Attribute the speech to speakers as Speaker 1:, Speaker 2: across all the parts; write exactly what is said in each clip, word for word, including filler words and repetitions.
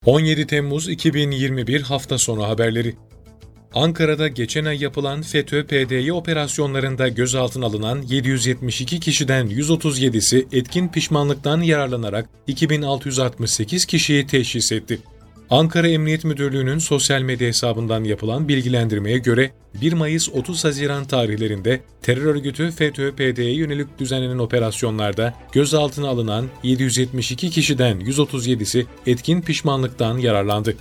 Speaker 1: on yedi Temmuz iki bin yirmi bir hafta sonu haberleri. Ankara'da geçen ay yapılan FETÖ-P D Y operasyonlarında gözaltına alınan yedi yüz yetmiş iki kişiden yüz otuz yedisi etkin pişmanlıktan yararlanarak iki bin altı yüz altmış sekiz kişiyi teşhis etti. Ankara Emniyet Müdürlüğü'nün sosyal medya hesabından yapılan bilgilendirmeye göre bir Mayıs otuz Haziran tarihlerinde terör örgütü FETÖ-P D Y'ye yönelik düzenlenen operasyonlarda gözaltına alınan yedi yüz yetmiş iki kişiden yüz otuz yedisi etkin pişmanlıktan yararlandı.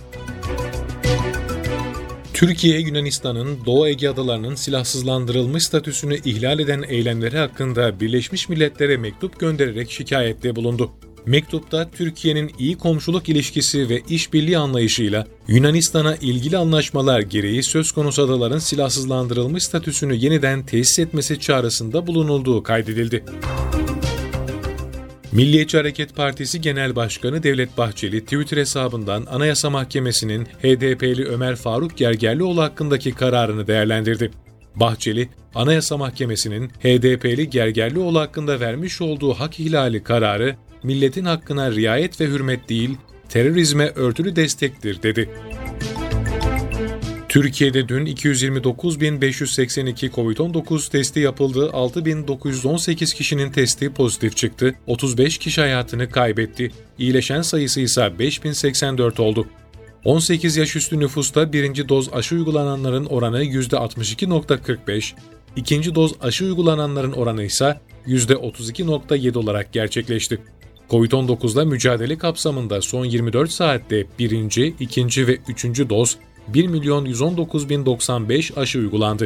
Speaker 1: Türkiye, Yunanistan'ın Doğu Ege Adaları'nın silahsızlandırılmış statüsünü ihlal eden eylemleri hakkında Birleşmiş Milletler'e mektup göndererek şikayette bulundu. Mektupta Türkiye'nin iyi komşuluk ilişkisi ve işbirliği anlayışıyla Yunanistan'a ilgili anlaşmalar gereği söz konusu adaların silahsızlandırılmış statüsünü yeniden tesis etmesi çağrısında bulunulduğu kaydedildi. Milliyetçi Hareket Partisi Genel Başkanı Devlet Bahçeli, Twitter hesabından Anayasa Mahkemesi'nin H D P'li Ömer Faruk Gergerlioğlu hakkındaki kararını değerlendirdi. Bahçeli, Anayasa Mahkemesi'nin H D P'li Gergerlioğlu hakkında vermiş olduğu hak ihlali kararı, milletin hakkına riayet ve hürmet değil, terörizme örtülü destektir, dedi. Türkiye'de dün iki yüz yirmi dokuz bin beş yüz seksen iki kovid on dokuz testi yapıldı, altı bin dokuz yüz on sekiz kişinin testi pozitif çıktı, otuz beş kişi hayatını kaybetti, iyileşen sayısı ise beş bin seksen dört oldu. on sekiz yaş üstü nüfusta birinci doz aşı uygulananların oranı yüzde altmış iki virgül kırk beş, ikinci doz aşı uygulananların oranı ise yüzde otuz iki virgül yedi olarak gerçekleşti. kovid on dokuzla mücadele kapsamında son yirmi dört saatte birinci, ikinci ve üçüncü doz bir milyon yüz on dokuz bin doksan beş aşı uygulandı.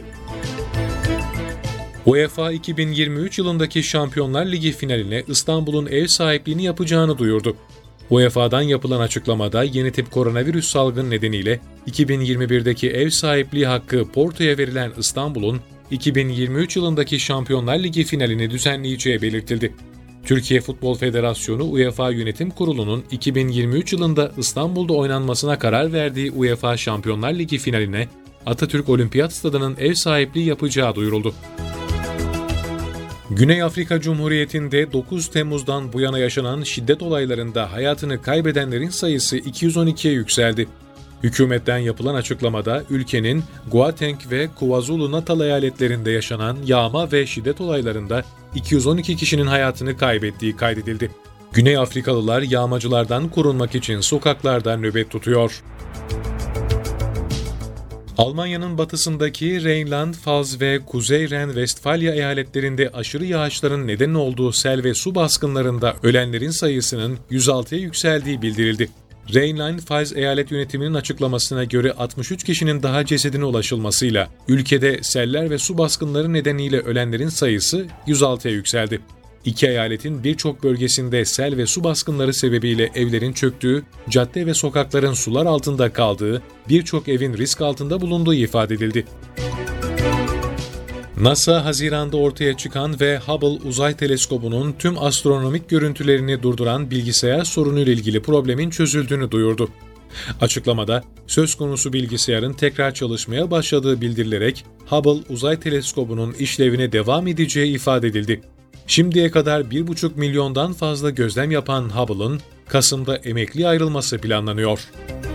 Speaker 1: UEFA iki bin yirmi üç yılındaki Şampiyonlar Ligi finaline İstanbul'un ev sahipliğini yapacağını duyurdu. U E F A'dan yapılan açıklamada yeni tip koronavirüs salgını nedeniyle iki bin yirmi birdeki ev sahipliği hakkı Porto'ya verilen İstanbul'un iki bin yirmi üç yılındaki Şampiyonlar Ligi finalini düzenleyeceği belirtildi. Türkiye Futbol Federasyonu UEFA Yönetim Kurulu'nun iki bin yirmi üç yılında İstanbul'da oynanmasına karar verdiği UEFA Şampiyonlar Ligi finaline Atatürk Olimpiyat Stadı'nın ev sahipliği yapacağı duyuruldu. Güney Afrika Cumhuriyeti'nde dokuz Temmuz'dan bu yana yaşanan şiddet olaylarında hayatını kaybedenlerin sayısı iki yüz on ikiye yükseldi. Hükümetten yapılan açıklamada ülkenin Gauteng ve KwaZulu-Natal eyaletlerinde yaşanan yağma ve şiddet olaylarında iki yüz on iki kişinin hayatını kaybettiği kaydedildi. Güney Afrikalılar yağmacılardan korunmak için sokaklarda nöbet tutuyor. Almanya'nın batısındaki Rheinland-Pfalz ve Kuzey Ren-Vestfalya eyaletlerinde aşırı yağışların neden olduğu sel ve su baskınlarında ölenlerin sayısının yüz altıya yükseldiği bildirildi. Rheinland-Pfalz eyalet yönetiminin açıklamasına göre altmış üç kişinin daha cesedine ulaşılmasıyla ülkede seller ve su baskınları nedeniyle ölenlerin sayısı yüz altıya yükseldi. İki eyaletin birçok bölgesinde sel ve su baskınları sebebiyle evlerin çöktüğü, cadde ve sokakların sular altında kaldığı, birçok evin risk altında bulunduğu ifade edildi. NASA, Haziran'da ortaya çıkan ve Hubble Uzay Teleskobu'nun tüm astronomik görüntülerini durduran bilgisayar sorunuyla ilgili problemin çözüldüğünü duyurdu. Açıklamada, söz konusu bilgisayarın tekrar çalışmaya başladığı bildirilerek Hubble Uzay Teleskobu'nun işlevine devam edeceği ifade edildi. Şimdiye kadar bir buçuk milyondan fazla gözlem yapan Hubble'ın Kasım'da emekliye ayrılması planlanıyor.